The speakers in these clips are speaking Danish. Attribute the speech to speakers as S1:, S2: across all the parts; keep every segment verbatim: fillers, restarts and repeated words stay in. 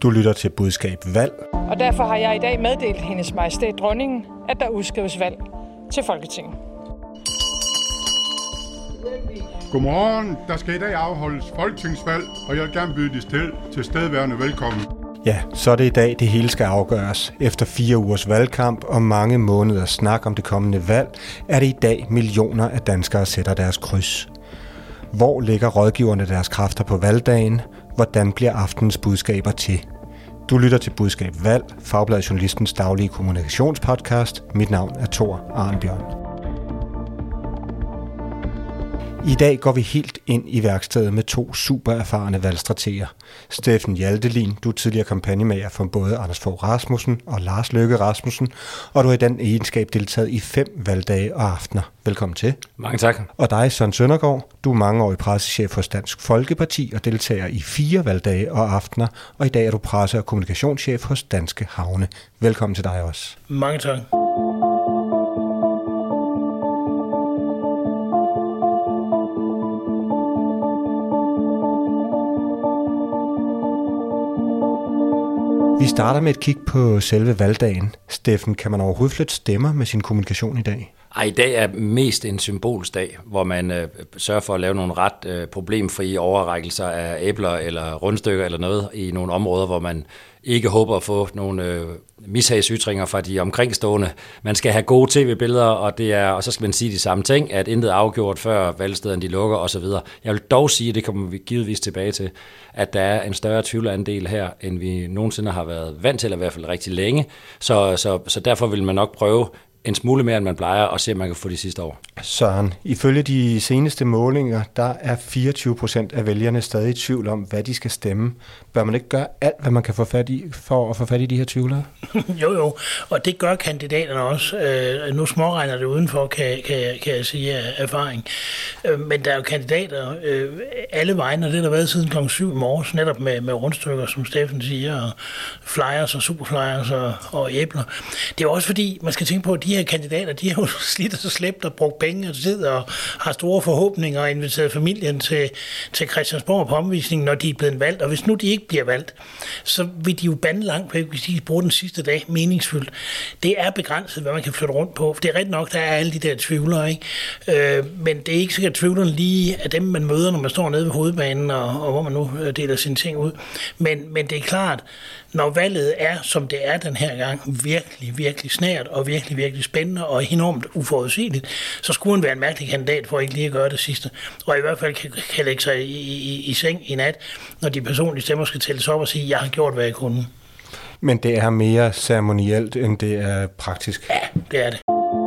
S1: Du lytter til Budskab Valg.
S2: Og derfor har jeg i dag meddelt Hendes Majestæt Dronningen, at der udskrives valg til Folketinget.
S3: Godmorgen. Der skal i dag afholdes folketingsvalg, og jeg vil gerne byde de til, til stedværende velkommen.
S1: Ja, så er det i dag, det hele skal afgøres. Efter fire ugers valgkamp og mange måneders snak om det kommende valg, er det i dag millioner af danskere sætter deres kryds. Hvor lægger rådgiverne deres kræfter på valgdagen? Hvordan bliver aftenens budskaber til? Du lytter til Budskab Valg, Fagbladet Journalistens daglige kommunikationspodcast. Mit navn er Thor Arnbjørn. I dag går vi helt ind i værkstedet med to super erfarne valgstrateger. Steffen Hjaltelin, du er tidligere kampagnemager for både Anders Fogh Rasmussen og Lars Løkke Rasmussen, og du har i den egenskab deltaget i fem valgdage og aftener. Velkommen til.
S4: Mange tak.
S1: Og dig, Søren Søndergaard, du er mangeårig pressechef hos Dansk Folkeparti og deltager i fire valgdage og aftener, og i dag er du presse- og kommunikationschef hos Danske Havne. Velkommen til dig også.
S5: Mange tak.
S1: Vi starter med et kig på selve valgdagen. Steffen, kan man overhovedet flytte stemmer med sin kommunikation i dag?
S4: Ej, i dag er mest en symbolsdag, hvor man øh, sørger for at lave nogle ret øh, problemfrie overrækkelser af æbler eller rundstykker eller noget i nogle områder, hvor man ikke håber at få nogle øh, mishagsytringer fra de omkringstående. Man skal have gode tv-billeder, og, det er, og så skal man sige de samme ting, at intet er afgjort før valgstederne de lukker osv. Jeg vil dog sige, det kommer vi givetvis tilbage til, at der er en større tvivlerandel her, end vi nogensinde har været vant til, eller i hvert fald rigtig længe. Så, så, så derfor vil man nok prøve en smule mere, end man plejer, og se, om man kan få de sidste år.
S1: Søren, ifølge de seneste målinger, der er fireogtyve procent af vælgerne stadig i tvivl om, hvad de skal stemme. Bør man ikke gøre alt, hvad man kan få fat i, for at få fat i de her tvivlere?
S5: Jo, jo, og det gør kandidaterne også. Øh, nu småregner det udenfor, kan, kan, kan jeg sige af erfaring. Øh, men der er jo kandidater øh, alle vegne, og det har der været siden klokken syv i morges, netop med, med rundstykker, som Steffen siger, og flyers og superflyers og, og æbler. Det er også fordi, man skal tænke på, at de her kandidater, de har jo slidt og så slæbt og brugt penge og tid og har store forhåbninger og inviteret familien til, til Christiansborg på omvisning, når de er blevet valgt. Og hvis nu de ikke bliver valgt, så vil de jo bande langt på, hvis de bruger den sidste dag meningsfyldt. Det er begrænset, hvad man kan flytte rundt på. For det er rigtigt nok, der er alle de der tvivlere, ikke? Øh, men det er ikke sikkert, at tvivlerne lige er dem, man møder, når man står nede ved hovedbanen, og, og hvor man nu deler sine ting ud. Men, men det er klart, når valget er, som det er den her gang, virkelig, virkelig snært og virkelig, virkelig spændende og enormt uforudsigeligt, så skulle han være en mærkelig kandidat for ikke lige at gøre det sidste. Og i hvert fald kan, kan lægge sig i, i, i seng i nat, når de personlige stemmer skal tælles op og sige, jeg har gjort, hvad jeg kunne.
S1: Men det er mere ceremonielt, end det er praktisk.
S5: Ja, det er det.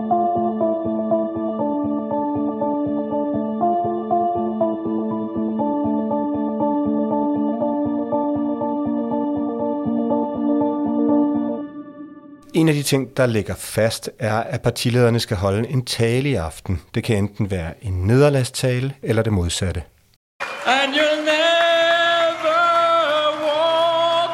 S1: En af de ting, der ligger fast, er, at partilederne skal holde en tale i aften. Det kan enten være en nederlagstale eller det modsatte.
S6: And you'll never walk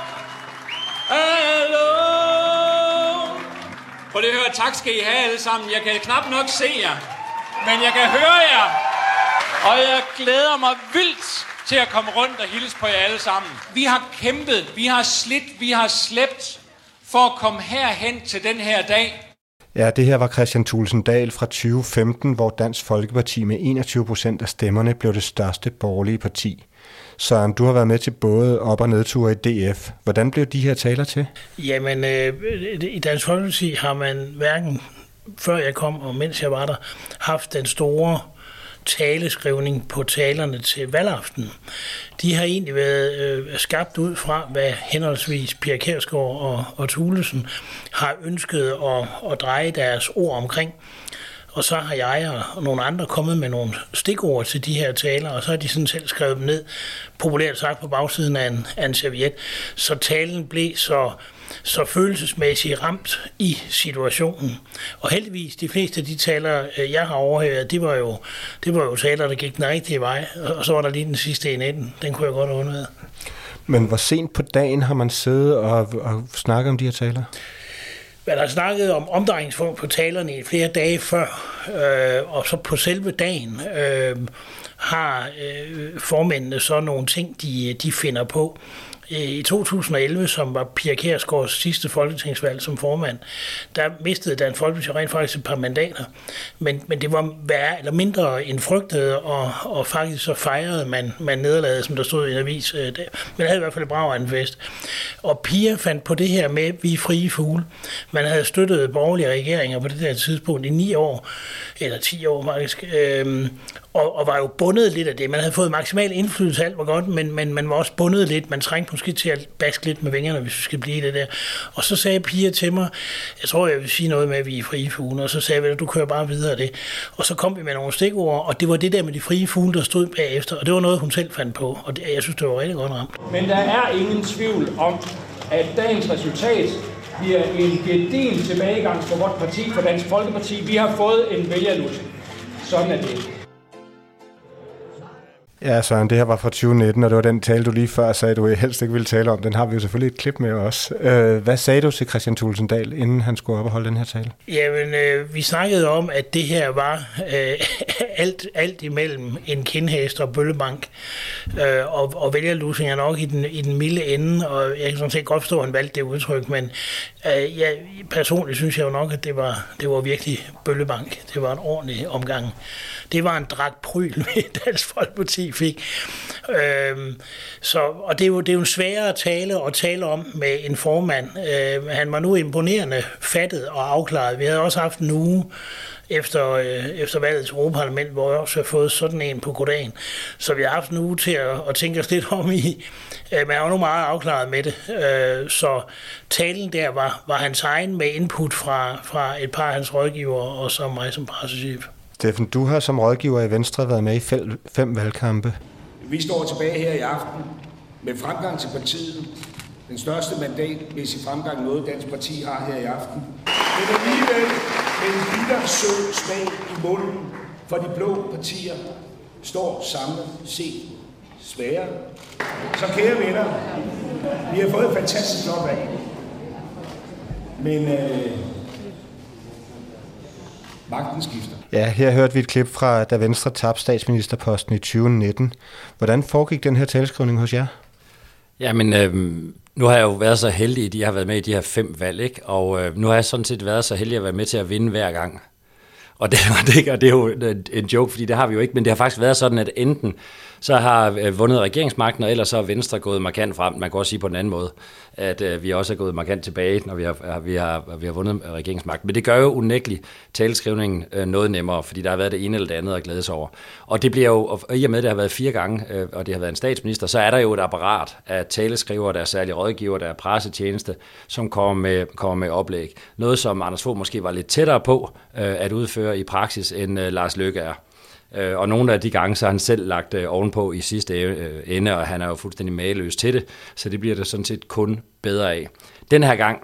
S6: alone. Prøv lige at høre, tak skal I have alle sammen. Jeg kan knap nok se jer, men jeg kan høre jer. Og jeg glæder mig vildt til at komme rundt og hilse på jer alle sammen. Vi har kæmpet, vi har slidt, vi har slæbt for at komme herhen til den her dag.
S1: Ja, det her var Kristian Thulesen Dahl fra tyve femten, hvor Dansk Folkeparti med enogtyve procent af stemmerne blev det største borgerlige parti. Søren, du har været med til både op- og nedture i D F. Hvordan blev de her taler til?
S5: Jamen, øh, i Dansk Folkeparti har man hverken før jeg kom og mens jeg var der, haft den store taleskrivning på talerne til valgaften. De har egentlig været øh, skabt ud fra, hvad henholdsvis Pia Kjærsgaard og, og Thulesen har ønsket at, at dreje deres ord omkring. Og så har jeg og nogle andre kommet med nogle stikord til de her taler, og så har de sådan selv skrevet dem ned, populært sagt på bagsiden af en, af en serviet. Så talen blev så, så følelsesmæssigt ramt i situationen. Og heldigvis, de fleste af de taler, jeg har overhørt, det var jo, det var jo taler, der gik den rigtige vej. Og så var der lige den sidste en enden. Den kunne jeg godt have undværet.
S1: Men hvor sent på dagen har man siddet og, og snakket om de her taler?
S5: Man har snakket om omdrejningspunkt på talerne i flere dage før, øh, og så på selve dagen øh, har øh, formændene så nogle ting, de, de finder på. I to tusind og elleve, som var Pia Kjærsgaards sidste folketingsvalg som formand, der mistede Dansk Folkeparti rent faktisk et par mandater. Men, men det var værre eller mindre end frygtet, og, og faktisk så fejrede man, man nederlaget, som der stod i en avis. Men det havde i hvert fald brav en fest. Og Pia fandt på det her med, vi er frie fugle. Man havde støttet borgerlige regeringer på det der tidspunkt i ni år, eller ti år faktisk, øhm, og, og var jo bundet lidt af det. Man havde fået maksimal indflydelse, alt var godt, men, men man var også bundet lidt. Man trængte måske til at baske lidt med vingerne, hvis vi skal blive det der. Og så sagde Pia til mig, jeg tror, jeg vil sige noget med, at vi er frie fugle, og så sagde jeg, du kører bare videre af det. Og så kom vi med nogle stikord, og det var det der med de frie fugle, der stod bagefter, og det var noget, hun selv fandt på, og det, jeg synes, det var rigtig godt ramt.
S7: Men der er ingen tvivl om, at dagens resultat bliver en gedigen tilbagegang for vores parti, for Dansk Folkeparti. Vi har fået en vælgerlus. Sådan er det.
S1: Ja, Søren, det her var fra tyve nitten, og det var den tale, du lige før sagde, du helst ikke ville tale om. Den har vi jo selvfølgelig et klip med også. Hvad sagde du til Kristian Thulesen Dahl, inden han skulle op og holde den her tale?
S5: Jamen, øh, vi snakkede om, at det her var øh, alt, alt imellem en kindhæst og bøllebank. Øh, og, og vælgerlusing er nok i den, i den milde ende, og jeg kan sådan set godt forstå, at han valgte det udtryk, men øh, jeg, personligt synes jeg jo nok, at det var, det var virkelig bøllebank. Det var en ordentlig omgang. Det var en dragt pryl, med Dansk Folkeparti fik. Øhm, så, og det er, jo, det er jo en sværere tale at tale om med en formand. Øhm, han var nu imponerende fattet og afklaret. Vi havde også haft en uge efter, øh, efter valget til Europaparlament, hvor jeg også har fået sådan en på goddagen. Så vi har haft en uge til at, at tænke os lidt om i. Øh, man er jo nu meget afklaret med det. Øh, så talen der var, var hans egen med input fra, fra et par af hans rådgivere, og så mig som pressechef.
S1: Steffen, du har som rådgiver i Venstre været med i fem, fem valgkampe.
S8: Vi står tilbage her i aften med fremgang til partiet. Den største mandatmæssige fremgang, noget Dansk Parti har her i aften. Men alligevel med en bitter sød smag i munden, for de blå partier står samlet set svagere. Så kære venner, vi har fået et fantastisk flot valg. Men øh, magten skifter.
S1: Ja, her hørte vi et klip fra, da Venstre tabte statsministerposten i tyve nitten. Hvordan foregik den her taleskrivning hos jer?
S4: Jamen, øh, nu har jeg jo været så heldig, at de har været med i de her fem valg, ikke? Og øh, nu har jeg sådan set været så heldig at være med til at vinde hver gang. Og det, det, og det er jo en joke, fordi det har vi jo ikke, men det har faktisk været sådan, at enten så har øh, vundet regeringsmagten, og ellers så har Venstre gået markant frem. Man kan også sige på den anden måde, at øh, vi også er gået markant tilbage, når vi har, vi har, vi har vundet regeringsmagten. Men det gør jo unægteligt taleskrivningen øh, noget nemmere, fordi der har været det ene eller det andet at glæde sig over. Og det bliver jo, og i og med, at det har været fire gange, øh, og det har været en statsminister, så er der jo et apparat af taleskrivere, der er særlige rådgiver, der er pressetjeneste, som kommer med, kommer med oplæg. Noget, som Anders Fogh måske var lidt tættere på øh, at udføre i praksis, end øh, Lars Løkke er. Og nogle af de gange, så har han selv lagt øh, ovenpå i sidste ende, og han er jo fuldstændig mageløs til det, så det bliver det sådan set kun bedre af. Den her gang,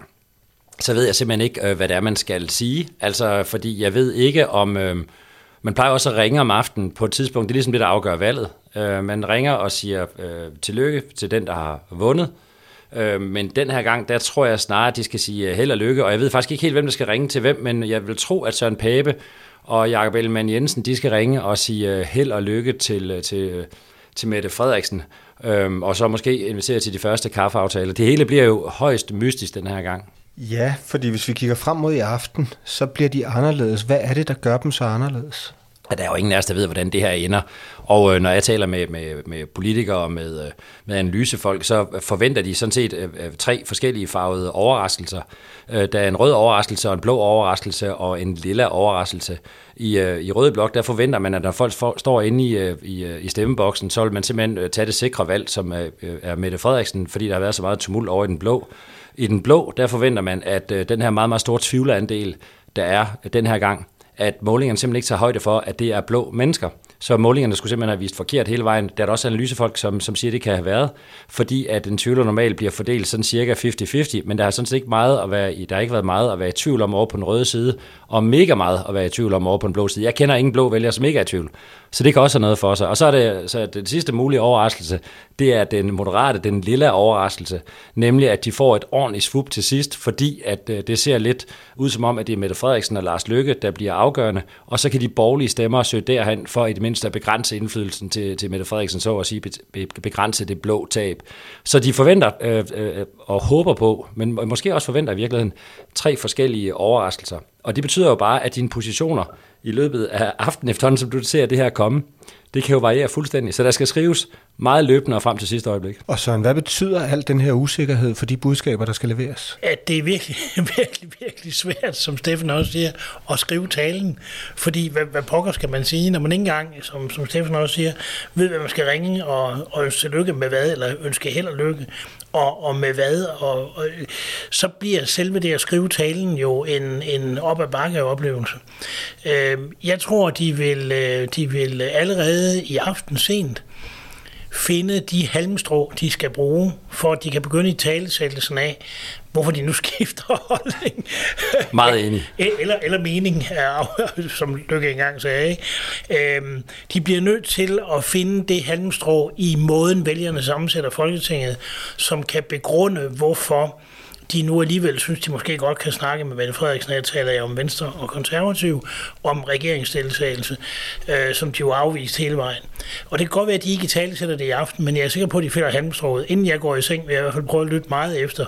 S4: så ved jeg simpelthen ikke, øh, hvad det er, man skal sige. Altså, fordi jeg ved ikke om... Øh, man plejer også at ringe om aftenen på et tidspunkt, det er ligesom det, der afgør valget. Øh, man ringer og siger øh, tillykke til den, der har vundet. Øh, men den her gang, der tror jeg snarere, at de skal sige held og lykke, og jeg ved faktisk ikke helt, hvem der skal ringe til hvem, men jeg vil tro, at Søren Pape og Jakob Ellemann-Jensen, de skal ringe og sige held og lykke til, til, til Mette Frederiksen, øhm, og så måske invitere til de første kaffeaftaler. Det hele bliver jo højst mystisk den her gang.
S1: Ja, fordi hvis vi kigger frem mod i aften, så bliver de anderledes. Hvad er det, der gør dem så anderledes?
S4: Der er jo ingen af os, der ved, hvordan det her ender. Og øh, når jeg taler med, med, med politikere og med, øh, med analysefolk, så forventer de sådan set øh, tre forskellige farvede overraskelser. Øh, der er en rød overraskelse, og en blå overraskelse og en lilla overraskelse. I, øh, i røde blok, der forventer man, at når folk for, står inde i, øh, i, i stemmeboksen, så vil man simpelthen øh, tage det sikre valg, som øh, er Mette Frederiksen, fordi der har været så meget tumult over i den blå. I den blå, der forventer man, at øh, den her meget, meget store tvivlerandel, der er den her gang, at målingerne simpelthen ikke tager højde for, at det er blå mennesker. Så målingerne skulle simpelthen have vist forkert hele vejen. Der er der også analysefolk, som, som siger, at det kan have været, fordi at en tvivler normalt bliver fordelt sådan cirka halvtreds halvtreds, men der har sådan set ikke meget at være i, der har ikke været meget at være i tvivl om over på den røde side, og mega meget at være i tvivl om over på den blå side. Jeg kender ingen blå vælgere, som ikke er i tvivl. Så det kan også have noget for sig. Og så er det, så det sidste mulige overraskelse, det er den moderate, den lille overraskelse, nemlig at de får et ordentligt svup til sidst, fordi at det ser lidt ud som om, at det er Mette Frederiksen og Lars Løkke, der bliver afgørende, og så kan de borgerlige stemmer søge derhen for i det mindste mindst at begrænse indflydelsen til, til Mette Frederiksen, så at sige, begrænse det blå tab. Så de forventer øh, øh, og håber på, men måske også forventer i virkeligheden, tre forskellige overraskelser. Og det betyder jo bare, at dine positioner i løbet af aftenen efterhånden, som du ser det her komme, det kan jo variere fuldstændig. Så der skal skrives meget løbende og frem til sidste øjeblik.
S1: Og Søren, hvad betyder al den her usikkerhed for de budskaber, der skal leveres?
S5: At det er virkelig, virkelig, virkelig svært, som Steffen også siger, at skrive talen. Fordi hvad, hvad pokker skal man sige, når man ikke engang, som, som Steffen også siger, ved, hvad man skal ringe og, og ønske lykke med hvad, eller ønske held og lykke, og, og med hvad. Og, og, så bliver selve det at skrive talen jo en, en op ad bakke oplevelse. Jeg tror, de vil, de vil allerede i aften sent finde de halmstrå, de skal bruge, for at de kan begynde i talesættelsen af, hvorfor de nu skifter holdning.
S4: Meget enig.
S5: Eller, eller mening, som Lykke engang sagde. De bliver nødt til at finde det halmstrå i måden, vælgerne sammensætter Folketinget, som kan begrunde, hvorfor de nu alligevel synes, de måske godt kan snakke med Mette Frederiksen, jeg taler jeg om Venstre og Konservativ, om regeringsdeltagelse, øh, som de jo afvist hele vejen. Og det kan godt være, at de ikke talesætter det i aften, men jeg er sikker på, at de finder handelsstrået. Inden jeg går i seng, vil jeg i hvert fald prøve at lytte meget efter,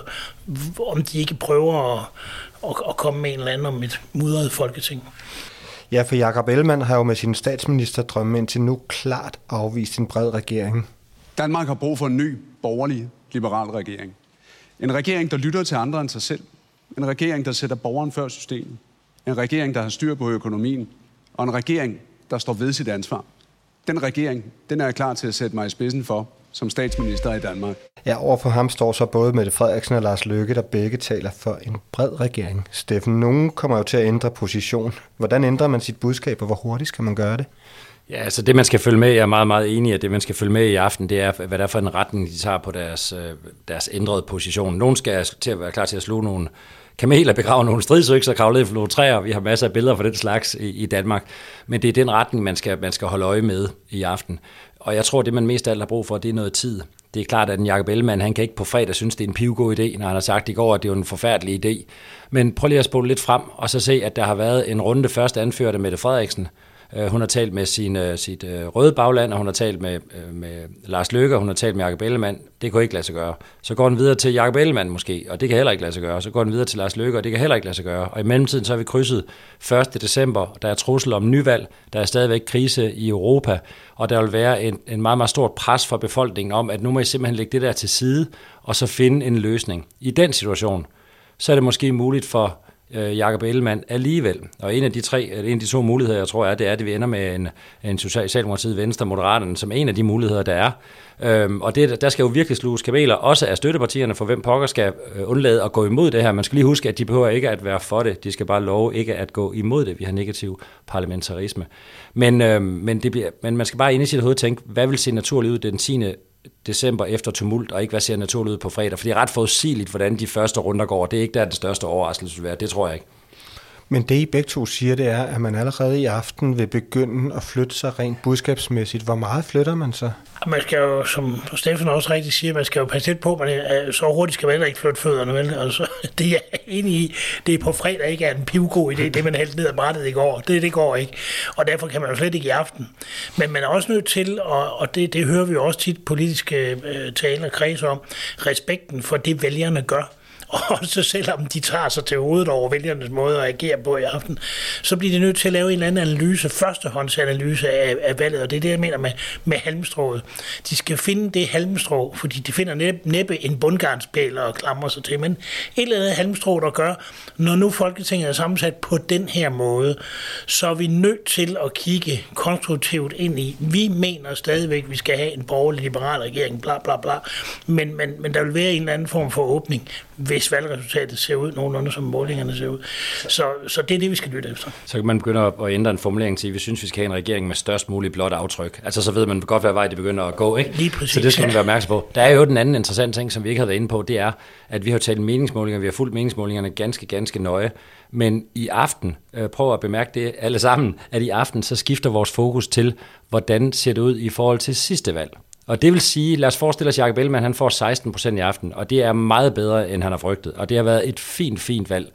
S5: om de ikke prøver at, at, at komme med en eller anden om et mudret folketing.
S1: Ja, for Jakob Ellemann har jo med sin statsministerdrømme indtil nu klart afvist en bred regering.
S9: Danmark har brug for en ny, borgerlig, liberal regering. En regering, der lytter til andre end sig selv. En regering, der sætter borgeren før systemet. En regering, der har styr på økonomien. Og en regering, der står ved sit ansvar. Den regering, den er jeg klar til at sætte mig i spidsen for som statsminister i Danmark.
S1: Ja, overfor ham står så både Mette Frederiksen og Lars Løkke, der begge taler for en bred regering. Steffen, nogen kommer jo til at ændre position. Hvordan ændrer man sit budskab, og hvor hurtigt skal man gøre det?
S4: Ja, altså det, man skal følge med, jeg er meget, meget enig i, at det, man skal følge med i aften, det er, hvad der er for en retning, de tager på deres, deres ændrede position. Nogen skal til at være klar til at sluge nogle kameler, begrave nogle stridsøkser, kravle ned for nogle træer. Vi har masser af billeder for den slags i, i Danmark. Men det er den retning, man skal, man skal holde øje med i aften. Og jeg tror, det man mest af alt har brug for, det er noget tid. Det er klart, at en Jakob Ellemann, han kan ikke på fredag synes, det er en pivgod idé, når han har sagt i går, at det er en forfærdelig idé. Men prøv lige at spole lidt frem, og så se, at der har været en runde først anført af Mette Frederiksen. Hun har talt med sin, sit røde bagland, og hun har talt med, med Lars Løkke, og hun har talt med Jakob Ellemann. Det kunne ikke lade sig gøre. Så går den videre til Jakob Ellemann måske, og det kan heller ikke lade sig gøre. Så går den videre til Lars Løkke, og det kan heller ikke lade sig gøre. Og i mellemtiden så har vi krydset første december, der er trussel om nyvalg, der er stadigvæk krise i Europa, og der vil være en, en meget, meget stort pres for befolkningen om, at nu må I simpelthen lægge det der til side, og så finde en løsning. I den situation, så er det måske muligt for Jakob Ellemann alligevel. Og en af de tre, en af de to muligheder, jeg tror er, det er, at vi ender med en, en Socialdemokratiet, Venstre, Moderaterne, som en af de muligheder, der er. Øhm, og det, der skal jo virkelig sluges kameler, også af støttepartierne, for hvem pokker skal undlade at gå imod det her. Man skal lige huske, at de behøver ikke at være for det. De skal bare love ikke at gå imod det. Vi har negativ parlamentarisme. Men, øhm, men, det bliver, men man skal bare ind i sit hoved tænke, hvad vil se naturligt ud den tiende december efter tumult, og ikke hvad ser naturligt ud på fredag. For det er ret forudsigeligt, hvordan de første runder går. Det er ikke der, den største overraskelse vil være. Det tror jeg ikke.
S1: Men det I begge to siger, det er, at man allerede i aften vil begynde at flytte sig rent budskabsmæssigt. Hvor meget flytter man så? Man
S5: skal jo, som Steffen også rigtig siger, man skal jo passe lidt på, man er, så hurtigt skal man heller ikke flytte fødderne, vel? Altså, det er jeg enig i. Det er på fredag ikke er en pivgod idé, det man hældte ned ad brættet i går. Det, det går ikke. Og derfor kan man jo slet ikke i aften. Men man er også nødt til, og, og det, det hører vi jo også tit politiske øh, taler kreds om, respekten for det vælgerne gør. Også selvom de tager sig til hovedet over vælgernes måde at agere på i aften, så bliver de nødt til at lave en eller anden analyse, førstehåndsanalyse af, af valget, og det er det, jeg mener med, med halmstrået. De skal finde det halmstrå, fordi de finder næppe, næppe en bundgarnspæl og klamrer sig til, men et eller andet halmstrå, der gør, når nu Folketinget er sammensat på den her måde, så er vi nødt til at kigge konstruktivt ind i. Vi mener stadigvæk, at vi skal have en borgerlig liberal regering, bla bla bla, men, men, men der vil være en eller anden form for åbning, hvis valgresultatet ser ud nogenlunde, som målingerne ser ud. Så, så det er det, vi skal lytte efter.
S4: Så kan man begynde at ændre en formulering til, at vi synes, vi skal have en regering med størst muligt blåt aftryk. Altså så ved man godt, hvad vej det begynder at gå, ikke?
S5: Lige præcis.
S4: Så det skal man være opmærksom på. Der er jo den anden interessante ting, som vi ikke har været inde på, det er, at vi har talt meningsmålinger, vi har fulgt meningsmålingerne ganske, ganske nøje. Men i aften, øh, prøv at bemærke det alle sammen, at i aften så skifter vores fokus til, hvordan ser det ud i forhold til sidste valg. Og det vil sige, lad os forestille os, at Jakob Ellemann han får seksten procent i aften, og det er meget bedre, end han har frygtet. Og det har været et fint, fint valg.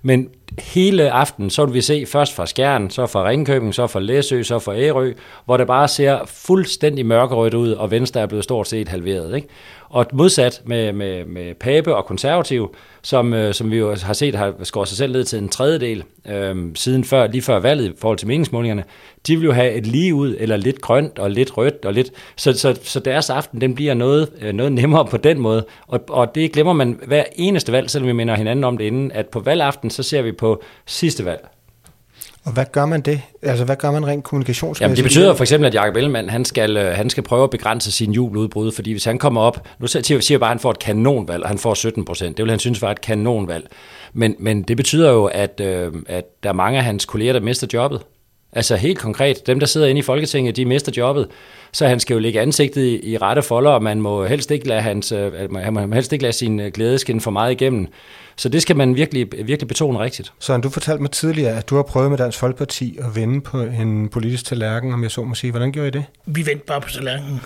S4: Men hele aftenen, så vil vi se først fra Skjern, så fra Ringkøbing, så fra Læsø, så fra Ærø, hvor det bare ser fuldstændig mørkerødt ud, og Venstre er blevet stort set halveret. Ikke? Og modsat med, med, med Pape og Konservative, som, øh, som vi jo har set har skåret sig selv ned til en tredjedel øh, siden før, lige før valget i forhold til meningsmålingerne, de vil jo have et lige ud, eller lidt grønt og lidt rødt, og lidt, så, så, så deres aften den bliver noget, øh, noget nemmere på den måde. Og, og det glemmer man hver eneste valg, selvom vi minder hinanden om det inden, at på valgaften, så ser vi på sidste valg.
S1: Og hvad gør man det? Altså, hvad gør man rent kommunikationsmæssigt?
S4: Jamen, det betyder for eksempel, at Jakob Ellemann, han skal, han skal prøve at begrænse sin jubeludbrud, fordi hvis han kommer op, nu siger jeg bare, at han får et kanonvalg, og han får sytten procent. Det vil han synes var et kanonvalg. Men, men det betyder jo, at, øh, at der er mange af hans kolleger, der mister jobbet. Altså helt konkret, dem der sidder inde i Folketinget, de mister jobbet, så han skal jo lægge ansigtet i, i rette folder, og man må helst ikke lade, hans, man må helst ikke lade sin glæde skinne for meget igennem. Så det skal man virkelig, virkelig betone rigtigt.
S1: Så du fortalte mig tidligere, at du har prøvet med Dansk Folkeparti at vende på en politisk tallerken, om jeg så må sige. Hvordan gjorde I det?
S5: Vi vendte bare på tallerkenen.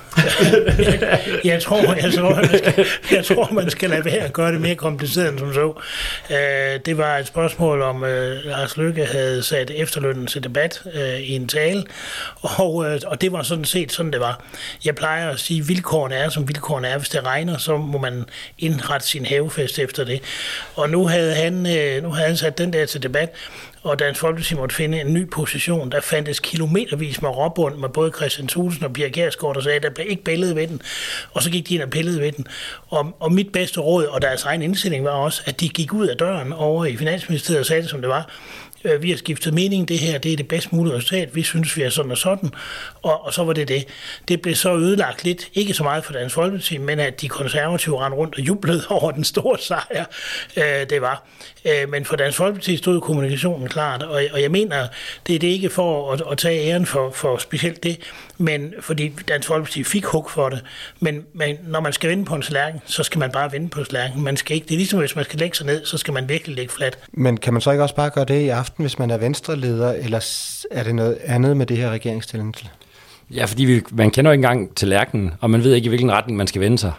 S5: jeg, jeg, tror, jeg, tror, man skal, jeg tror, man skal lade være at gøre det mere kompliceret end som så. Uh, det var et spørgsmål om, uh, Lars Løkke havde sat efterlønnen til debat uh, i en tale, og, uh, og det var sådan set sådan, det var. Jeg plejer at sige, at vilkårene er, som vilkårene er. Hvis det regner, så må man indrette sin havefest efter det. Og nu havde han, nu havde han sat den der til debat, og Dansk Folkeparti måtte finde en ny position. Der fandtes kilometervis med råbund med både Christian Thulesen og Pia Kjærsgaard, der sagde, at der blev ikke billedet ved den. Og så gik de ind og pillede ved den. Og, og mit bedste råd, og deres egen indstilling var også, at de gik ud af døren over i Finansministeriet og sagde det, som det var. Vi har skiftet mening, det her det er det bedst mulige resultat, vi synes, vi er sådan og sådan, og, og så var det det. Det blev så ødelagt lidt, ikke så meget for Dansk Folkeparti, men at de konservative rendte rundt og jublede over den store sejr, øh, det var. Øh, men for Dansk Folkeparti stod kommunikationen klart, og, og jeg mener, det er det ikke for at, at tage æren for, for specielt det, men fordi Dansk Folkeparti fik hug for det, men, men når man skal vende på en tallerken, så skal man bare vende på tallerken. Man skal ikke, det er ligesom, hvis man skal lægge sig ned, så skal man virkelig lægge fladt.
S1: Men kan man så ikke også bare gøre det i aften, hvis man er venstreleder, eller er det noget andet med det her regeringstillængsel?
S4: Ja, fordi vi, man kender jo ikke engang tallerkenen, og man ved ikke, i hvilken retning man skal vende sig.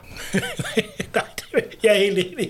S5: Nej, jeg er helt enig.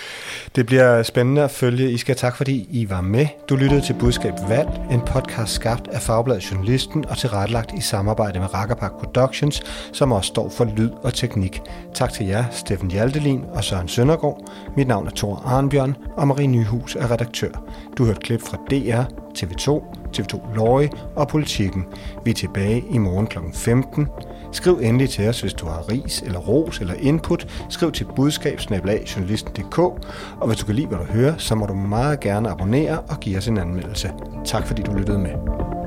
S1: Det bliver spændende at følge. I skal tak, fordi I var med. Du lyttede til Budskab Valg, en podcast skabt af Fagbladet Journalisten og tilrettelagt i samarbejde med Rakkerpark Productions, som også står for lyd og teknik. Tak til jer, Steffen Hjaltelin og Søren Søndergaard. Mit navn er Thor Arnbjørn, og Marie Nyhus er redaktør. Du hørte klip fra D R, T V to, T V to Lorry og Politikken. Vi er tilbage i morgen klokken femten. Skriv endelig til os, hvis du har ris eller ros eller input. Skriv til budskab snabel-a journalisten punktum d k. Og hvis du kan lide, hvad du hører, så må du meget gerne abonnere og give os en anmeldelse. Tak fordi du lyttede med.